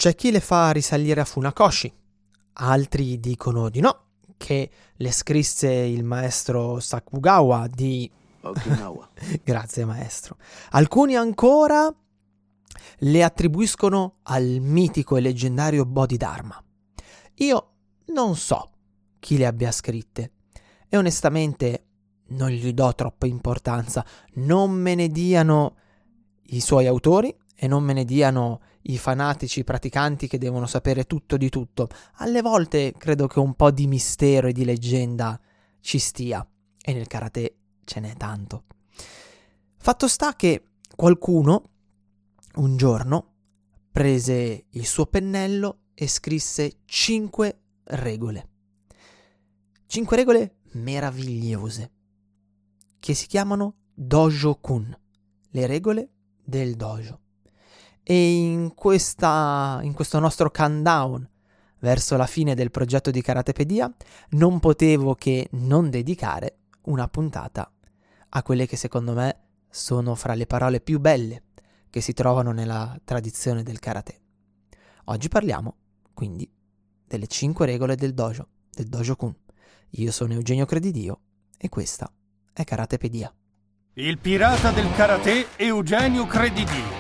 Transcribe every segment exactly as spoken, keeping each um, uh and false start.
C'è chi le fa risalire a Funakoshi, altri dicono di no, che le scrisse il maestro Sakugawa di Okinawa. Grazie maestro. Alcuni ancora le attribuiscono al mitico e leggendario Bodhidharma. Io non so chi le abbia scritte e onestamente non gli do troppa importanza. Non me ne diano i suoi autori e non me ne diano i fanatici praticanti che devono sapere tutto di tutto. Alle volte credo che un po' di mistero e di leggenda ci stia, e nel karate ce n'è tanto. Fatto sta che qualcuno un giorno prese il suo pennello e scrisse cinque regole. Cinque regole meravigliose che si chiamano Dojo-kun, le regole del dojo. E in questa in questo nostro countdown verso la fine del progetto di Karatepedia non potevo che non dedicare una puntata a quelle che secondo me sono fra le parole più belle che si trovano nella tradizione del karate. Oggi parliamo quindi delle cinque regole del dojo, del Dojo-kun. Io sono Eugenio Credidio e questa è Karatepedia. Il pirata del karate Eugenio Credidio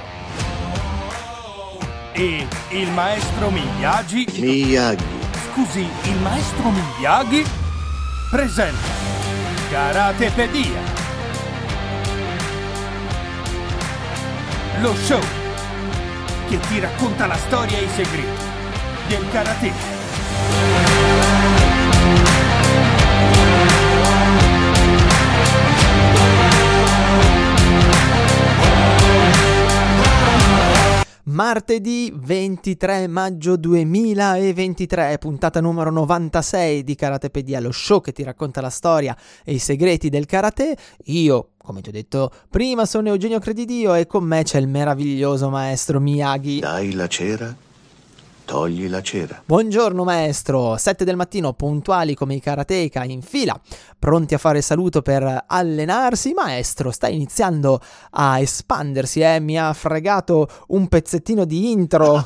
e il maestro Miyagi Miyagi. Scusi, il maestro Miyagi presenta Karatepedia, lo show che ti racconta la storia e i segreti del karate. Martedì ventitré maggio duemilaventitré, puntata numero novantasei di Karatepedia, lo show che ti racconta la storia e i segreti del karate. Io, come ti ho detto prima, sono Eugenio Credidio e con me c'è il meraviglioso maestro Miyagi. Dai la cera, togli la cera. Buongiorno maestro, sette del mattino, puntuali come i karateka, in fila, pronti a fare saluto per allenarsi. Maestro, sta iniziando a espandersi, eh? Mi ha fregato un pezzettino di intro,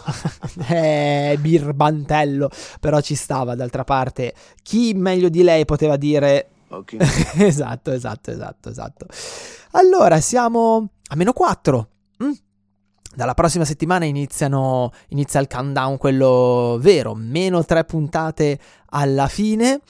eh, birbantello, però ci stava. D'altra parte, chi meglio di lei poteva dire... Okay. esatto, esatto, esatto, esatto. Allora, siamo a meno quattro. Mm? Dalla prossima settimana iniziano, inizia il countdown, quello vero, meno tre puntate alla fine,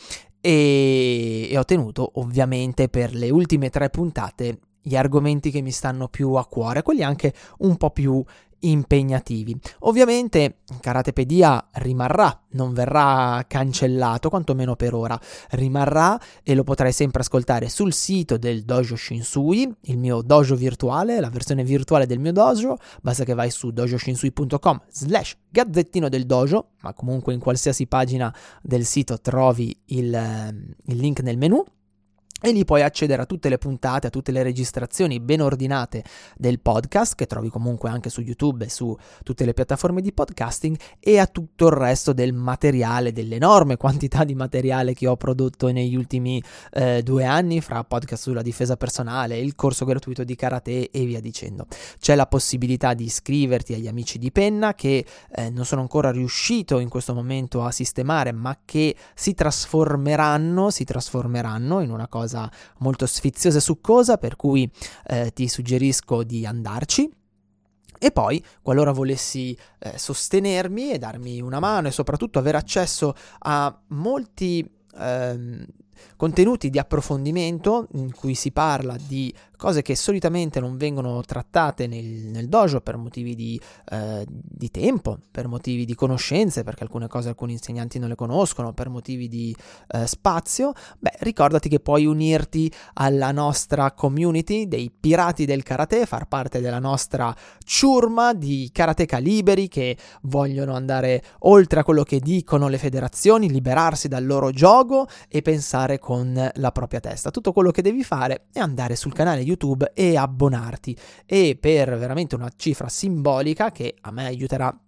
e, e ho tenuto ovviamente per le ultime tre puntate gli argomenti che mi stanno più a cuore, quelli anche un po' più impegnativi. Ovviamente Karatepedia rimarrà, non verrà cancellato, quantomeno per ora rimarrà, e lo potrai sempre ascoltare sul sito del Dojo Shinsui, il mio dojo virtuale, la versione virtuale del mio dojo. Basta che vai su dojoshinsui punto com slash gazzettino del dojo, ma comunque in qualsiasi pagina del sito trovi il, il link nel menu, e lì puoi accedere a tutte le puntate, a tutte le registrazioni ben ordinate del podcast, che trovi comunque anche su YouTube e su tutte le piattaforme di podcasting, e a tutto il resto del materiale, dell'enorme quantità di materiale che ho prodotto negli ultimi eh, due anni, fra podcast sulla difesa personale, il corso gratuito di karate e via dicendo. C'è la possibilità di iscriverti agli amici di penna, che eh, non sono ancora riuscito in questo momento a sistemare, ma che si trasformeranno, si trasformeranno in una cosa molto sfiziosa e succosa, per cui eh, ti suggerisco di andarci. E poi, qualora volessi eh, sostenermi e darmi una mano e soprattutto avere accesso a molti ehm, contenuti di approfondimento in cui si parla di cose che solitamente non vengono trattate nel, nel dojo per motivi di, eh, di tempo, per motivi di conoscenze, perché alcune cose alcuni insegnanti non le conoscono, per motivi di eh, spazio, beh, ricordati che puoi unirti alla nostra community dei pirati del karate, far parte della nostra ciurma di karateka liberi che vogliono andare oltre a quello che dicono le federazioni, liberarsi dal loro gioco e pensare con la propria testa. Tutto quello che devi fare è andare sul canale YouTube e abbonarti, e per veramente una cifra simbolica che a me aiuterà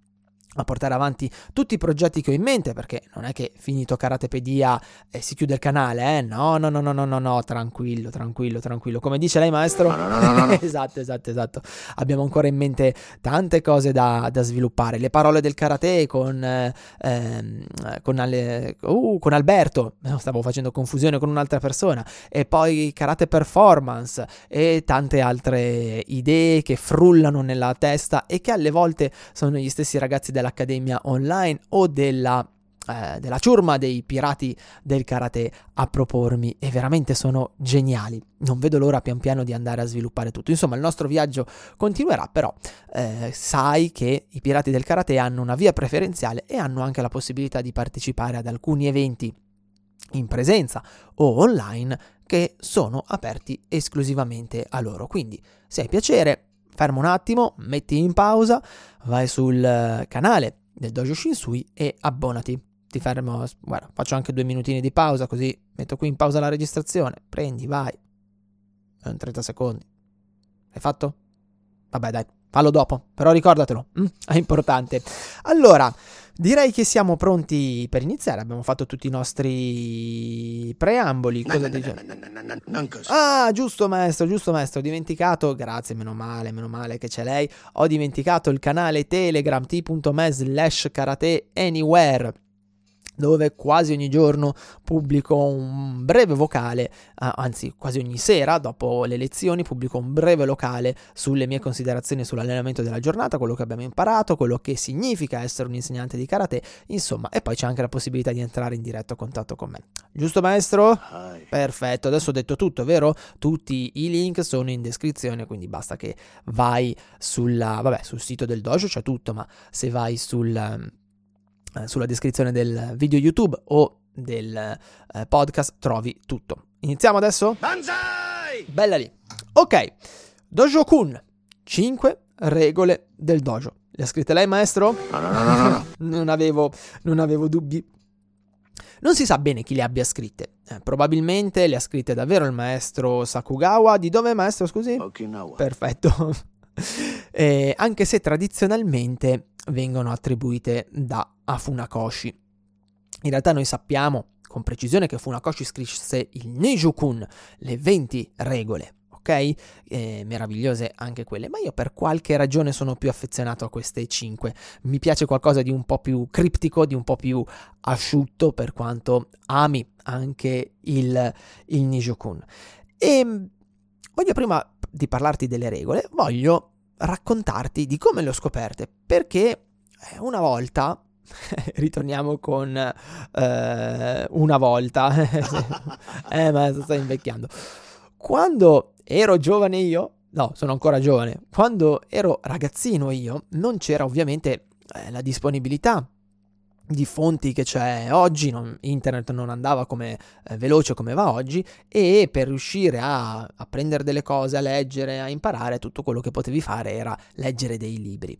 a portare avanti tutti i progetti che ho in mente, perché non è che finito Karatepedia eh, si chiude il canale, eh? No, no, no, no, no, no, no, tranquillo, tranquillo, tranquillo. Come dice lei, maestro? No, no, no, no, no. esatto, esatto, esatto. Abbiamo ancora in mente tante cose da, da sviluppare. Le parole del karate con, eh, ehm, con, Ale, uh, con Alberto, stavo facendo confusione con un'altra persona, e poi karate performance e tante altre idee che frullano nella testa e che alle volte sono gli stessi ragazzi dell'Accademia Online o della, eh, della ciurma dei pirati del karate a propormi, e veramente sono geniali. Non vedo l'ora pian piano di andare a sviluppare tutto. Insomma, il nostro viaggio continuerà, però eh, sai che i pirati del karate hanno una via preferenziale e hanno anche la possibilità di partecipare ad alcuni eventi in presenza o online che sono aperti esclusivamente a loro. Quindi, se hai piacere, ferma un attimo, metti in pausa, vai sul canale del Dojo Shinsui e abbonati. Ti fermo, guarda, faccio anche due minutini di pausa, così metto qui in pausa la registrazione, prendi, vai, trenta secondi. Hai fatto? Vabbè dai, fallo dopo, però ricordatelo, mm? È importante. Allora, direi che siamo pronti per iniziare, abbiamo fatto tutti i nostri preamboli. Cosa dice? Ah, giusto maestro, giusto maestro, ho dimenticato, grazie, meno male, meno male che c'è lei, ho dimenticato il canale Telegram t.me slash karate anywhere, dove quasi ogni giorno pubblico un breve vocale, eh, anzi quasi ogni sera dopo le lezioni pubblico un breve locale sulle mie considerazioni sull'allenamento della giornata, quello che abbiamo imparato, quello che significa essere un insegnante di karate, insomma, e poi c'è anche la possibilità di entrare in diretto contatto con me. Giusto maestro? Perfetto, adesso ho detto tutto, vero? Tutti i link sono in descrizione, quindi basta che vai sulla, vabbè, sul sito del dojo c'è tutto, ma se vai sul sulla descrizione del video YouTube o del eh, podcast trovi tutto. Iniziamo adesso? Banzai! Bella lì. Ok, Dojo-kun, cinque regole del dojo. Le ha scritte lei, maestro? No, no, no, no, no. non, avevo, non avevo dubbi. Non si sa bene chi le abbia scritte. Eh, probabilmente le ha scritte davvero il maestro Sakugawa. Di dove, maestro, scusi? Okinawa. Perfetto. eh, anche se tradizionalmente vengono attribuite da a Funakoshi. In realtà noi sappiamo con precisione che Funakoshi scrisse il Neijō-kun, le venti regole, ok? Eh, meravigliose anche quelle, ma io per qualche ragione sono più affezionato a queste cinque. Mi piace qualcosa di un po' più criptico, di un po' più asciutto, per quanto ami anche il, il Neijō-kun. E voglio, prima di parlarti delle regole, voglio raccontarti di come le ho scoperte, perché una volta ritorniamo con eh, una volta eh ma sto invecchiando. Quando ero giovane io, no, sono ancora giovane, quando ero ragazzino io, non c'era ovviamente eh, la disponibilità di fonti che c'è oggi, non, internet non andava come eh, veloce come va oggi, e per riuscire a apprendere delle cose, a leggere, a imparare, tutto quello che potevi fare era leggere dei libri.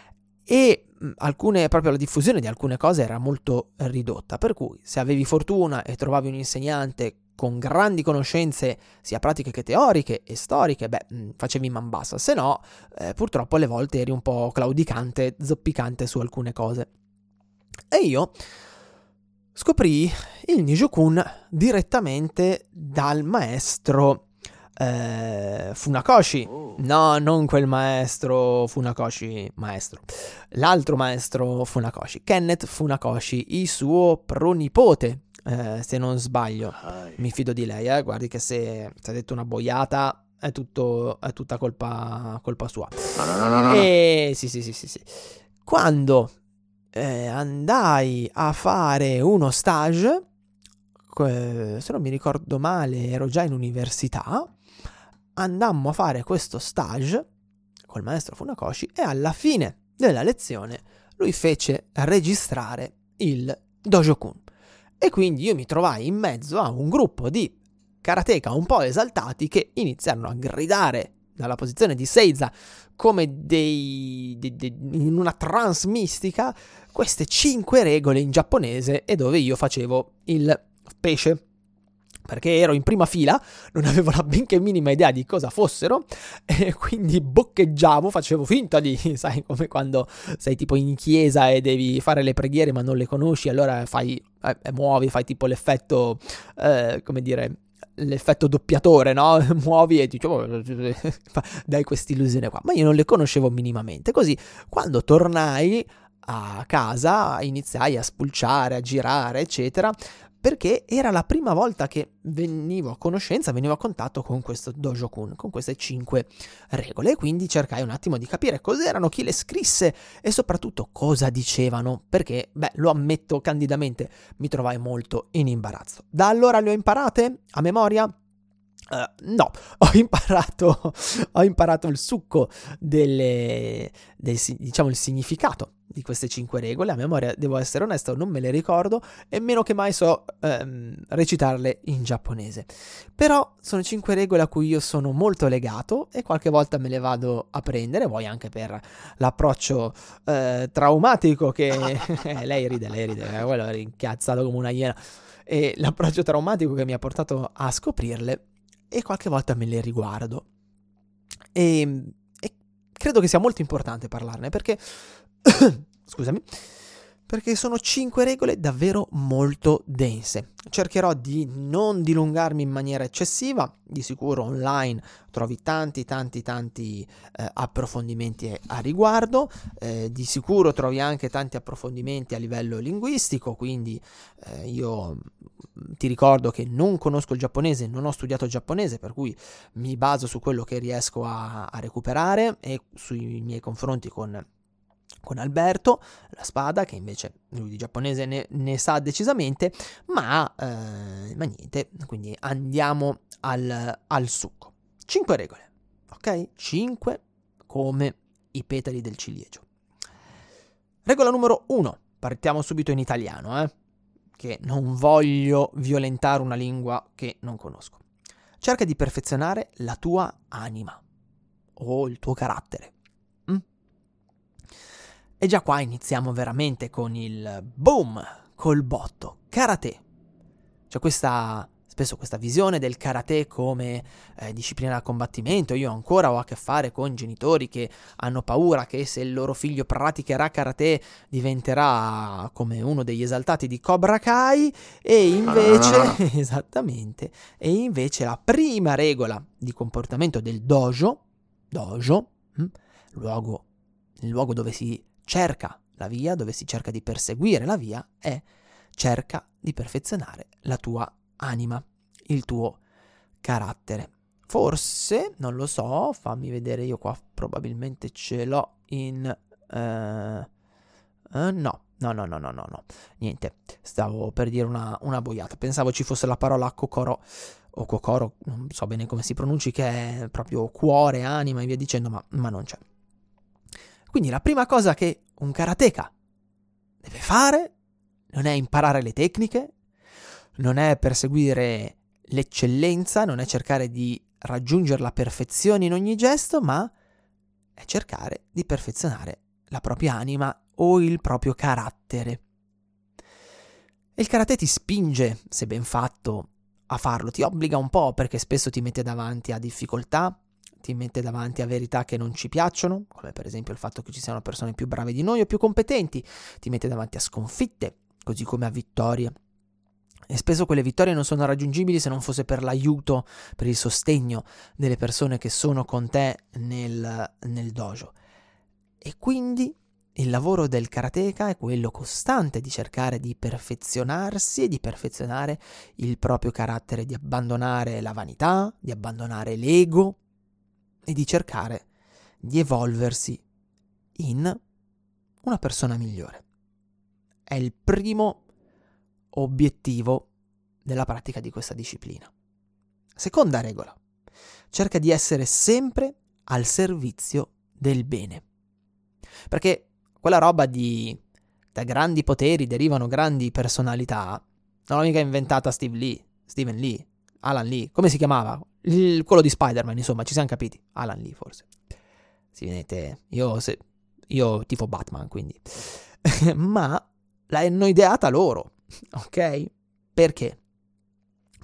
E mh, alcune, proprio la diffusione di alcune cose era molto ridotta, per cui se avevi fortuna e trovavi un insegnante con grandi conoscenze sia pratiche che teoriche e storiche, beh, mh, facevi man bassa, se no eh, purtroppo alle volte eri un po' claudicante, zoppicante su alcune cose. E io scoprì il Neijō-kun direttamente dal maestro eh, Funakoshi. No, non quel maestro Funakoshi, maestro. L'altro maestro Funakoshi, Kenneth Funakoshi, il suo pronipote, eh, se non sbaglio. Mi fido di lei, eh. Guardi che se ti ha detto una boiata è, tutto, è tutta colpa, colpa sua. No, no, no, no, no. E sì, sì, sì, sì, sì. Quando Eh, andai a fare uno stage, eh, se non mi ricordo male ero già in università, andammo a fare questo stage col maestro Funakoshi e alla fine della lezione lui fece registrare il Dojo-kun, e quindi io mi trovai in mezzo a un gruppo di karateka un po' esaltati che iniziarono a gridare dalla posizione di Seiza come dei, dei, dei in una trance mistica queste cinque regole in giapponese, e dove io facevo il pesce. perché ero in prima fila, non avevo la benché minima idea di cosa fossero, e quindi boccheggiavo, facevo finta di, sai, come quando sei tipo in chiesa e devi fare le preghiere ma non le conosci, allora fai, eh, muovi, fai tipo l'effetto, eh, come dire, l'effetto doppiatore, no? Muovi e dici, oh, dai quest'illusione qua, ma io non le conoscevo minimamente, così quando tornai a casa iniziai a spulciare, a girare, eccetera, perché era la prima volta che venivo a conoscenza, venivo a contatto con questo Dojo-kun, con queste cinque regole, e quindi cercai un attimo di capire cos'erano, chi le scrisse e soprattutto cosa dicevano, perché, beh, lo ammetto candidamente, mi trovai molto in imbarazzo. Da allora le ho imparate a memoria? Uh, no, ho imparato, ho imparato il succo delle, del, diciamo il significato di queste cinque regole, a memoria devo essere onesto, non me le ricordo e meno che mai so ehm, recitarle in giapponese, però sono cinque regole a cui io sono molto legato e qualche volta me le vado a prendere, vuoi anche per l'approccio eh, traumatico che eh, lei ride, lei ride, eh, quello era incazzato come una iena, e l'approccio traumatico che mi ha portato a scoprirle, e qualche volta me le riguardo e, e credo che sia molto importante parlarne perché scusami, perché sono cinque regole davvero molto dense. Cercherò di non dilungarmi in maniera eccessiva, di sicuro online trovi tanti tanti tanti eh, approfondimenti a riguardo, eh, di sicuro trovi anche tanti approfondimenti a livello linguistico, quindi eh, io ti ricordo che non conosco il giapponese, non ho studiato il giapponese, per cui mi baso su quello che riesco a, a recuperare e sui miei confronti con con Alberto, la spada, che invece lui di giapponese ne, ne sa decisamente, ma, eh, ma niente, quindi andiamo al, al succo. Cinque regole, ok? Cinque come i petali del ciliegio. Regola numero uno, partiamo subito in italiano, eh? Che non voglio violentare una lingua che non conosco. Cerca di perfezionare la tua anima o il tuo carattere. E già qua iniziamo veramente con il boom, col botto, karate. C'è questa, spesso questa visione del karate come eh, disciplina da combattimento. Io ancora ho a che fare con genitori che hanno paura che se il loro figlio praticherà karate diventerà come uno degli esaltati di Cobra Kai, e invece, no, no, no, no. esattamente, e invece la prima regola di comportamento del dojo, dojo, hm, luogo, il luogo dove si cerca la via, dove si cerca di perseguire la via, è cerca di perfezionare la tua anima, il tuo carattere. Forse, non lo so, fammi vedere, io qua probabilmente ce l'ho in... Uh, uh, no, no, no, no, no, no, no, niente, stavo per dire una, una boiata, pensavo ci fosse la parola kokoro, o kokoro, non so bene come si pronunci, che è proprio cuore, anima e via dicendo, ma, ma non c'è. Quindi la prima cosa che un karateka deve fare non è imparare le tecniche, non è perseguire l'eccellenza, non è cercare di raggiungere la perfezione in ogni gesto, ma è cercare di perfezionare la propria anima o il proprio carattere. E il karate ti spinge, se ben fatto, a farlo, ti obbliga un po' perché spesso ti mette davanti a difficoltà, ti mette davanti a verità che non ci piacciono, come per esempio il fatto che ci siano persone più brave di noi o più competenti, ti mette davanti a sconfitte, così come a vittorie. E spesso quelle vittorie non sono raggiungibili se non fosse per l'aiuto, per il sostegno delle persone che sono con te nel, nel dojo. E quindi il lavoro del karateka è quello costante di cercare di perfezionarsi e di perfezionare il proprio carattere, di abbandonare la vanità, di abbandonare l'ego, e di cercare di evolversi in una persona migliore. È il primo obiettivo della pratica di questa disciplina. Seconda regola: cerca di essere sempre al servizio del bene. Perché quella roba di da grandi poteri derivano grandi personalità non l'ho mica inventata Steve Lee, Steven Lee, Alan Lee, come si chiamava? Il, quello di Spider-Man, insomma, ci siamo capiti. Alan Lee, forse. Si vedete, io, se, io tifo Batman, quindi. Ma l'hanno ideata loro, ok? Perché?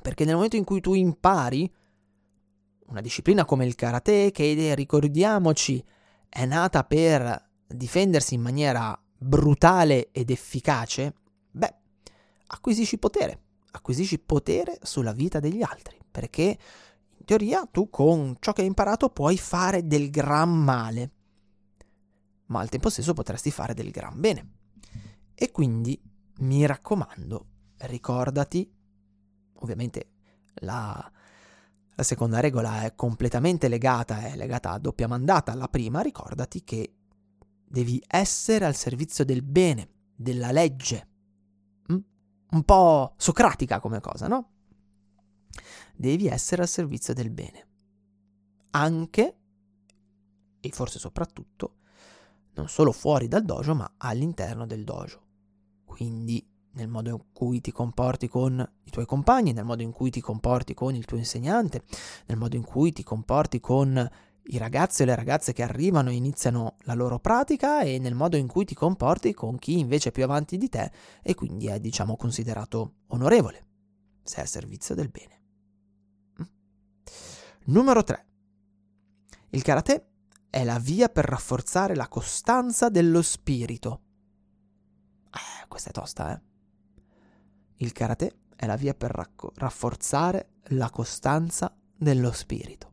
Perché nel momento in cui tu impari una disciplina come il karate, che ricordiamoci è nata per difendersi in maniera brutale ed efficace, beh, acquisisci potere, acquisisci potere sulla vita degli altri, perché in teoria tu con ciò che hai imparato puoi fare del gran male, ma al tempo stesso potresti fare del gran bene. E quindi mi raccomando, ricordati, ovviamente la, la seconda regola è completamente legata, è legata a doppia mandata alla prima, ricordati che devi essere al servizio del bene, della legge. Mm? Un po' socratica come cosa, no? Devi essere al servizio del bene. Anche, e forse soprattutto, non solo fuori dal dojo, ma all'interno del dojo. Quindi nel modo in cui ti comporti con i tuoi compagni, nel modo in cui ti comporti con il tuo insegnante, nel modo in cui ti comporti con i ragazzi e le ragazze che arrivano e iniziano la loro pratica, e nel modo in cui ti comporti con chi invece è più avanti di te e quindi è, diciamo, considerato onorevole, sei al servizio del bene. Mm. Numero tre. Il karate è la via per rafforzare la costanza dello spirito. Eh, questa è tosta, eh? Il karate è la via per racco- rafforzare la costanza dello spirito.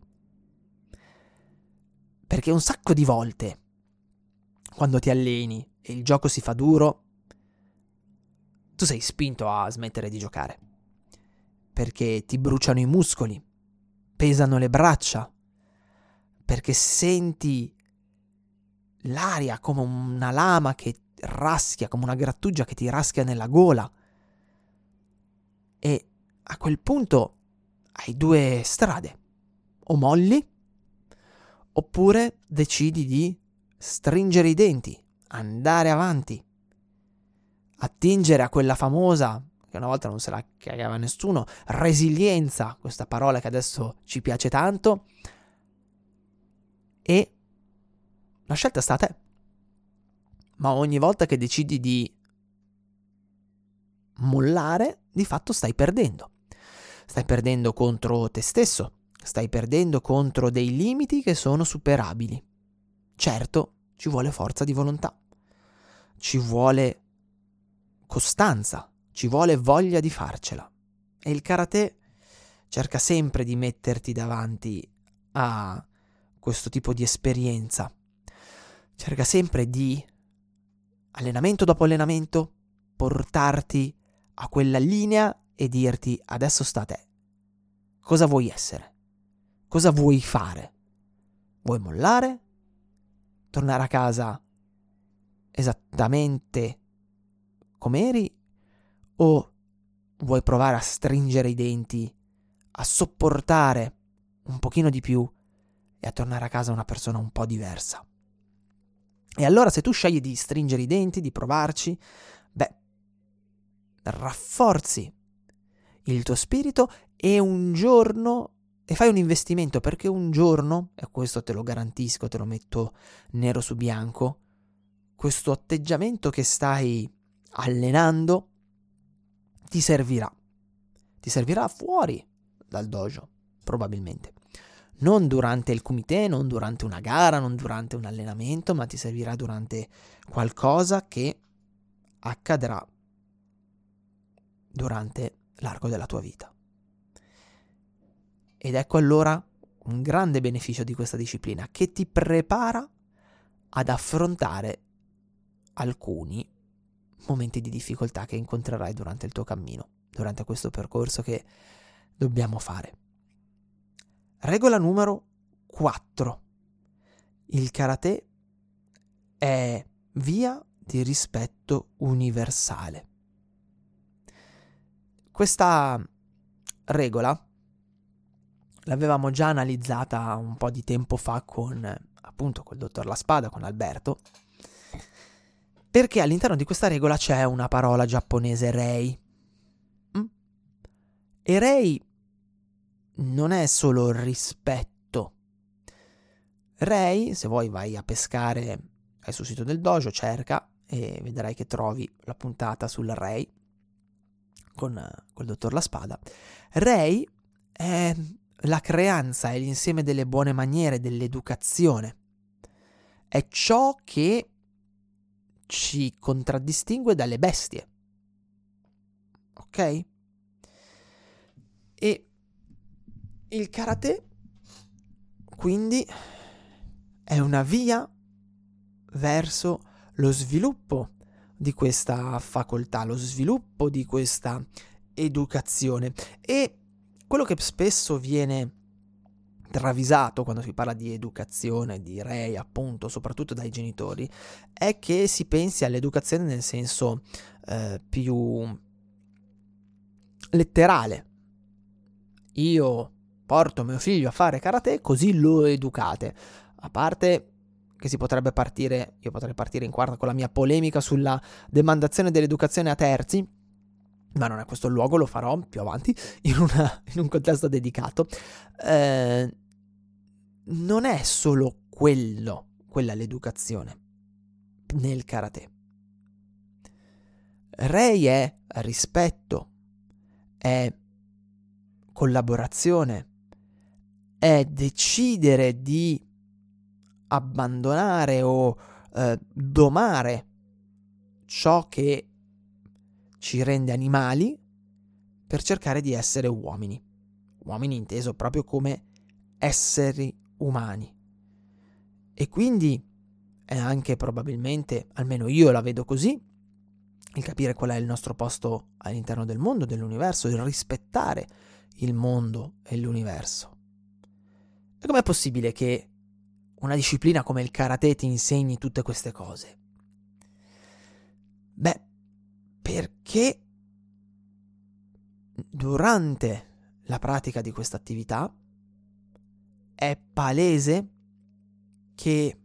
Perché un sacco di volte, quando ti alleni e il gioco si fa duro, tu sei spinto a smettere di giocare. Perché ti bruciano i muscoli, pesano le braccia, perché senti l'aria come una lama che raschia, come una grattugia che ti raschia nella gola. E a quel punto hai due strade: o molli, oppure decidi di stringere i denti, andare avanti, attingere a quella famosa, che una volta non se la cagava nessuno, resilienza, questa parola che adesso ci piace tanto, e la scelta sta a te. Ma ogni volta che decidi di mollare, di fatto stai perdendo. Stai perdendo contro te stesso, stai perdendo contro dei limiti che sono superabili. Certo, ci vuole forza di volontà, ci vuole costanza, ci vuole voglia di farcela. E il karate cerca sempre di metterti davanti a questo tipo di esperienza. Cerca sempre di, allenamento dopo allenamento, portarti a quella linea e dirti: adesso sta a te. Cosa vuoi essere? Cosa vuoi fare? Vuoi mollare? Tornare a casa esattamente come eri? O vuoi provare a stringere i denti, a sopportare un pochino di più e a tornare a casa una persona un po' diversa? E allora, se tu scegli di stringere i denti, di provarci, beh, rafforzi il tuo spirito e un giorno, e fai un investimento, perché un giorno, e questo te lo garantisco, te lo metto nero su bianco, questo atteggiamento che stai allenando ti servirà. Ti servirà fuori dal dojo, probabilmente. Non durante il kumite, non durante una gara, non durante un allenamento, ma ti servirà durante qualcosa che accadrà durante l'arco della tua vita. Ed ecco allora un grande beneficio di questa disciplina, che ti prepara ad affrontare alcuni momenti di difficoltà che incontrerai durante il tuo cammino, durante questo percorso che dobbiamo fare. Regola numero quattro. Il karate è via di rispetto universale. Questa regola l'avevamo già analizzata un po' di tempo fa con, appunto, col dottor La Spada, con Alberto, perché all'interno di questa regola c'è una parola giapponese, rei. Mm? E rei non è solo rispetto. Rei, se vuoi vai a pescare, vai sul sito del dojo, cerca e vedrai che trovi la puntata sul rei. con uh, col dottor La Spada. Rei è la creanza, è l'insieme delle buone maniere, dell'educazione. È ciò che ci contraddistingue dalle bestie. Ok? E il karate, quindi, è una via verso lo sviluppo di questa facoltà, lo sviluppo di questa educazione. E quello che spesso viene travisato quando si parla di educazione, di rei, appunto, soprattutto dai genitori, è che si pensi all'educazione nel senso eh, più letterale. Io porto mio figlio a fare karate, così lo educate. A parte che si potrebbe partire, io potrei partire in quarta con la mia polemica sulla demandazione dell'educazione a terzi, ma non è questo il luogo, lo farò più avanti in, una, in un contesto dedicato. Eh, non è solo quello, quella l'educazione nel karate. Rei è rispetto, è collaborazione, è decidere di abbandonare o eh, domare ciò che ci rende animali per cercare di essere uomini. Uomini inteso proprio come esseri umani. E quindi è anche probabilmente, almeno io la vedo così, il capire qual è il nostro posto all'interno del mondo, dell'universo, il rispettare il mondo e l'universo. E com'è possibile che una disciplina come il karate ti insegni tutte queste cose? Beh, perché durante la pratica di questa attività è palese che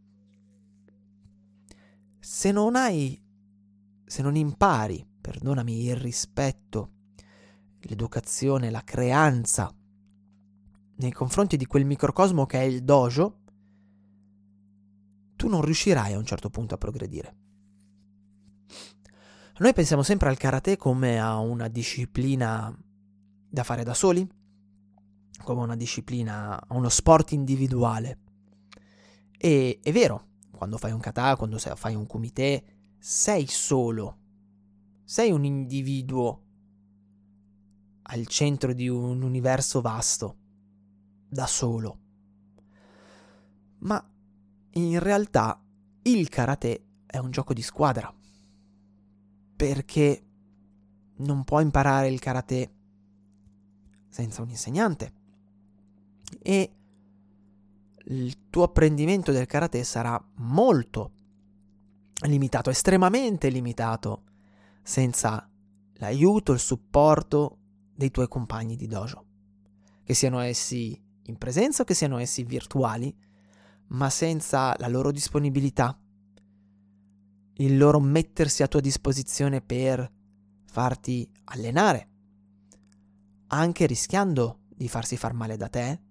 se non hai, se non impari, perdonami, il rispetto, l'educazione, la creanza nei confronti di quel microcosmo che è il dojo, tu non riuscirai a un certo punto a progredire. Noi pensiamo sempre al karate come a una disciplina da fare da soli, come una disciplina, a uno sport individuale. E è vero, quando fai un kata, quando fai un kumite, sei solo, sei un individuo al centro di un universo vasto, da solo. Ma in realtà il karate è un gioco di squadra, perché non puoi imparare il karate senza un insegnante e il tuo apprendimento del karate sarà molto limitato, estremamente limitato, senza l'aiuto, il supporto dei tuoi compagni di dojo, che siano essi in presenza o che siano essi virtuali, ma senza la loro disponibilità, il loro mettersi a tua disposizione per farti allenare, anche rischiando di farsi far male da te,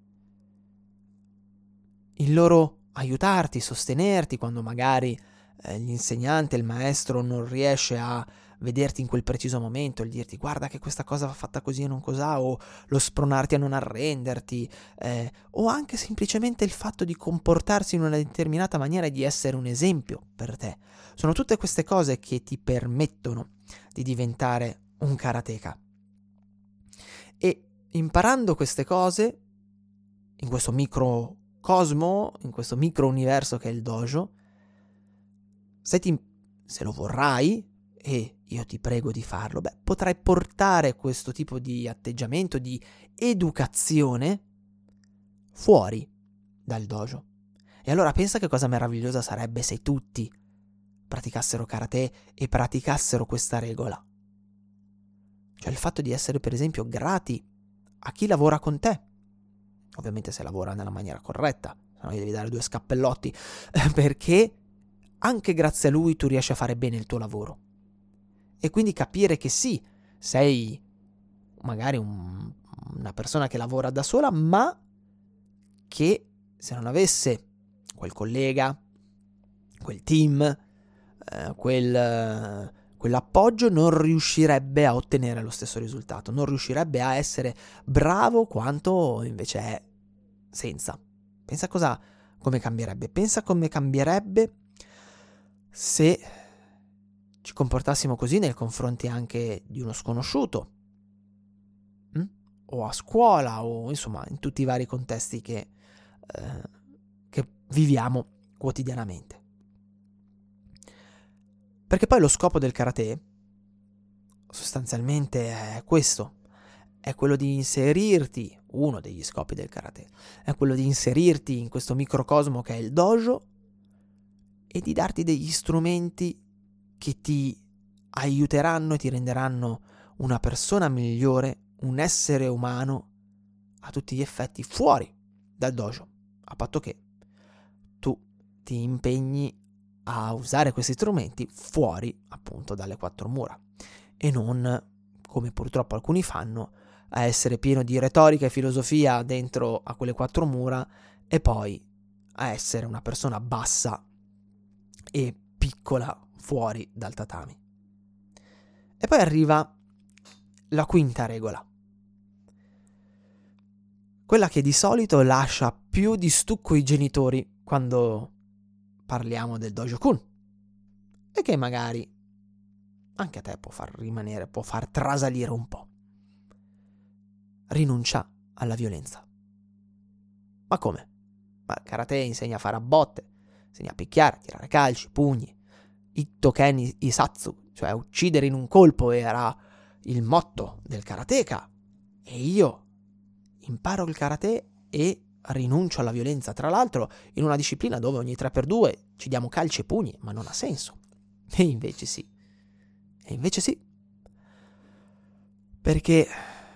il loro aiutarti, sostenerti quando magari eh, l'insegnante, il maestro non riesce a vederti in quel preciso momento, il dirti guarda che questa cosa va fatta così e non cos'ha, o lo spronarti a non arrenderti, eh, o anche semplicemente il fatto di comportarsi in una determinata maniera e di essere un esempio per te. Sono tutte queste cose che ti permettono di diventare un karateka. E imparando queste cose, in questo microcosmo, in questo micro universo che è il dojo, se, ti, se lo vorrai, e io ti prego di farlo, beh, potrai portare questo tipo di atteggiamento, di educazione, fuori dal dojo. E allora pensa che cosa meravigliosa sarebbe se tutti praticassero karate e praticassero questa regola. Cioè il fatto di essere, per esempio, grati a chi lavora con te. Ovviamente se lavora nella maniera corretta, se no gli devi dare due scappellotti, perché anche grazie a lui tu riesci a fare bene il tuo lavoro. E quindi capire che sì, sei magari un, una persona che lavora da sola, ma che se non avesse quel collega, quel team, eh, quel, quell'appoggio non riuscirebbe a ottenere lo stesso risultato, non riuscirebbe a essere bravo quanto invece è senza. Pensa cosa, come cambierebbe, pensa come cambierebbe se ci comportassimo così nei confronti anche di uno sconosciuto, hm? o a scuola, o insomma in tutti i vari contesti che, eh, che viviamo quotidianamente. Perché poi lo scopo del karate sostanzialmente è questo, è quello di inserirti, uno degli scopi del karate, è quello di inserirti in questo microcosmo che è il dojo e di darti degli strumenti che ti aiuteranno e ti renderanno una persona migliore, un essere umano a tutti gli effetti fuori dal dojo, a patto che tu ti impegni a usare questi strumenti fuori appunto dalle quattro mura e non, come purtroppo alcuni fanno, a essere pieno di retorica e filosofia dentro a quelle quattro mura e poi a essere una persona bassa e piccola fuori dal tatami. E poi arriva la quinta regola, quella che di solito lascia più di stucco i genitori quando parliamo del Dojo-kun e che magari anche a te può far rimanere, può far trasalire un po'. Rinuncia alla violenza. Ma come? Ma il karate insegna a fare a botte, insegna a picchiare, a tirare calci, pugni. Itto ken isatsu, cioè uccidere in un colpo, era il motto del karateka. E io imparo il karate e rinuncio alla violenza, tra l'altro in una disciplina dove ogni tre per due ci diamo calci e pugni, ma non ha senso. E invece sì. E invece sì. Perché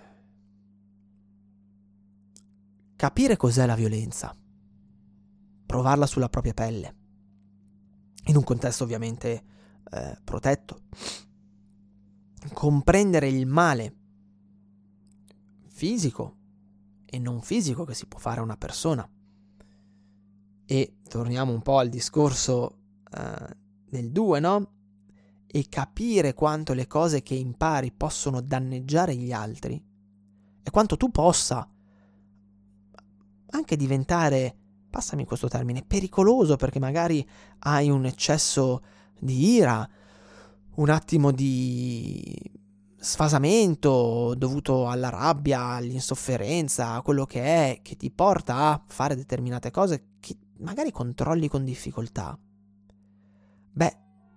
capire cos'è la violenza, provarla sulla propria pelle, in un contesto ovviamente eh, protetto, comprendere il male fisico e non fisico che si può fare a una persona. E torniamo un po' al discorso eh, del due, no? E capire quanto le cose che impari possono danneggiare gli altri e quanto tu possa anche diventare, passami questo termine, pericoloso, perché magari hai un eccesso di ira, un attimo di sfasamento dovuto alla rabbia, all'insofferenza, a quello che è, che ti porta a fare determinate cose che magari controlli con difficoltà. Beh,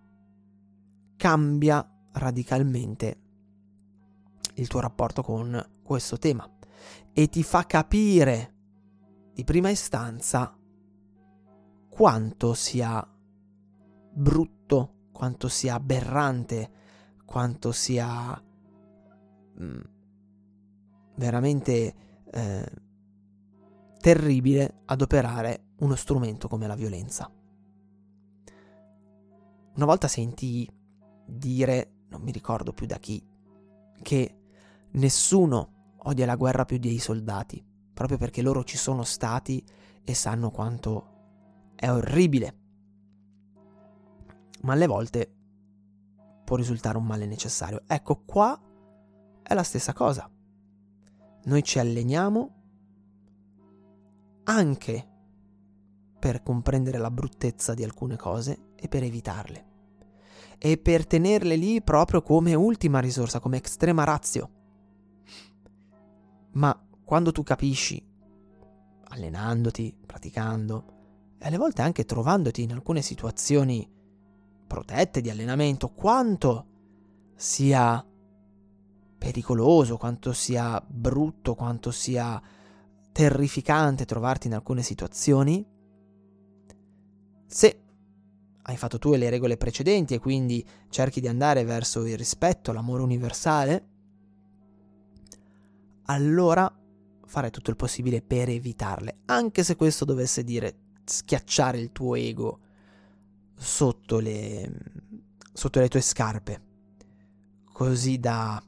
cambia radicalmente il tuo rapporto con questo tema e ti fa capire di prima istanza quanto sia brutto, quanto sia aberrante, quanto sia mh, veramente eh, terribile adoperare uno strumento come la violenza. Una volta senti dire, non mi ricordo più da chi, che nessuno odia la guerra più dei soldati, proprio perché loro ci sono stati e sanno quanto è orribile. Ma alle volte può risultare un male necessario. Ecco, qua è la stessa cosa. Noi ci alleniamo anche per comprendere la bruttezza di alcune cose e per evitarle. E per tenerle lì proprio come ultima risorsa, come extrema ratio. Ma quando tu capisci, allenandoti, praticando, e alle volte anche trovandoti in alcune situazioni protette di allenamento, quanto sia pericoloso, quanto sia brutto, quanto sia terrificante trovarti in alcune situazioni, se hai fatto tu le regole precedenti e quindi cerchi di andare verso il rispetto, l'amore universale, allora fare tutto il possibile per evitarle, anche se questo dovesse dire schiacciare il tuo ego sotto le, sotto le tue scarpe, così da,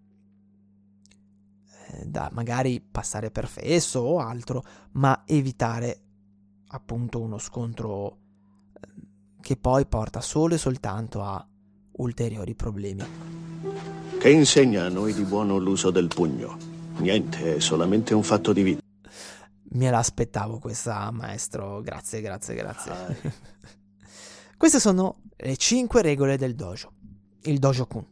eh, da magari passare per fesso o altro, ma evitare appunto uno scontro che poi porta solo e soltanto a ulteriori problemi. Che insegna a noi di buono l'uso del pugno? Niente, è solamente un fatto di vita. Me l'aspettavo questa, maestro. Grazie, grazie, grazie. Dai. Queste sono le cinque regole del dojo, il Dojo-kun.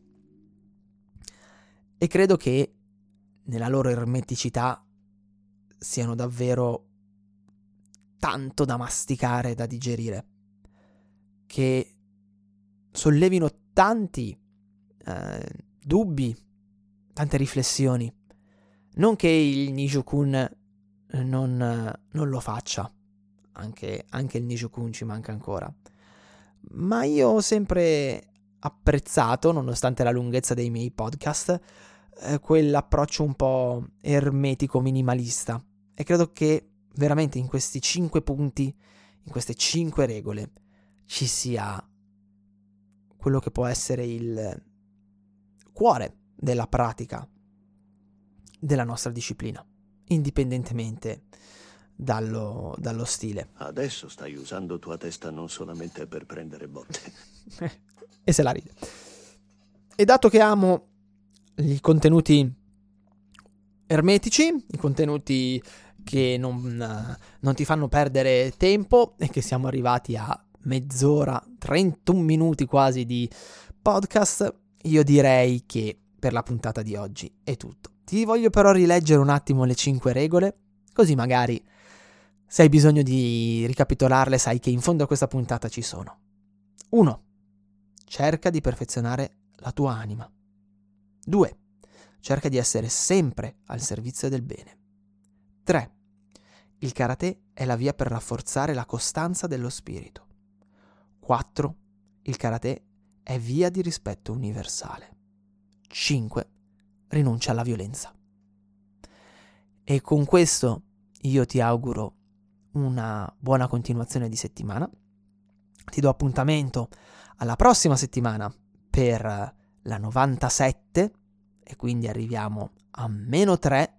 E credo che nella loro ermeticità siano davvero tanto da masticare, da digerire, che sollevino tanti eh, dubbi, tante riflessioni. Non che il Nijō-kun non, non lo faccia, anche, anche il Nijō-kun ci manca ancora, ma io ho sempre apprezzato, nonostante la lunghezza dei miei podcast, eh, quell'approccio un po' ermetico, minimalista, e credo che veramente in questi cinque punti, in queste cinque regole, ci sia quello che può essere il cuore della pratica della nostra disciplina, indipendentemente dallo, dallo stile. Adesso stai usando tua testa non solamente per prendere botte. E se la ride. E dato che amo i contenuti ermetici, i contenuti che non, non ti fanno perdere tempo, e che siamo arrivati a mezz'ora, trentuno minuti quasi di podcast, io direi che per la puntata di oggi è tutto. Ti voglio però rileggere un attimo le cinque regole, così magari se hai bisogno di ricapitolarle sai che in fondo a questa puntata ci sono. uno. Cerca di perfezionare la tua anima. due. Cerca di essere sempre al servizio del bene. tre. Il karate è la via per rafforzare la costanza dello spirito. quattro. Il karate è via di rispetto universale. cinque. Rinuncia alla violenza. E con questo io ti auguro una buona continuazione di settimana. Ti do appuntamento alla prossima settimana per la novantasette, e quindi arriviamo a meno tre.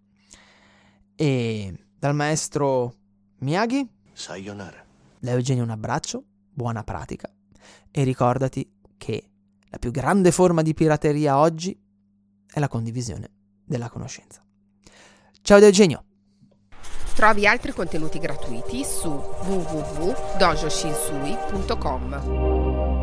E dal maestro Miyagi, Sayonara. da Eugenio un abbraccio, buona pratica, e ricordati che la più grande forma di pirateria oggi è la condivisione della conoscenza. Ciao da Eugenio! Trovi altri contenuti gratuiti su w w w punto dojo shinsui punto com.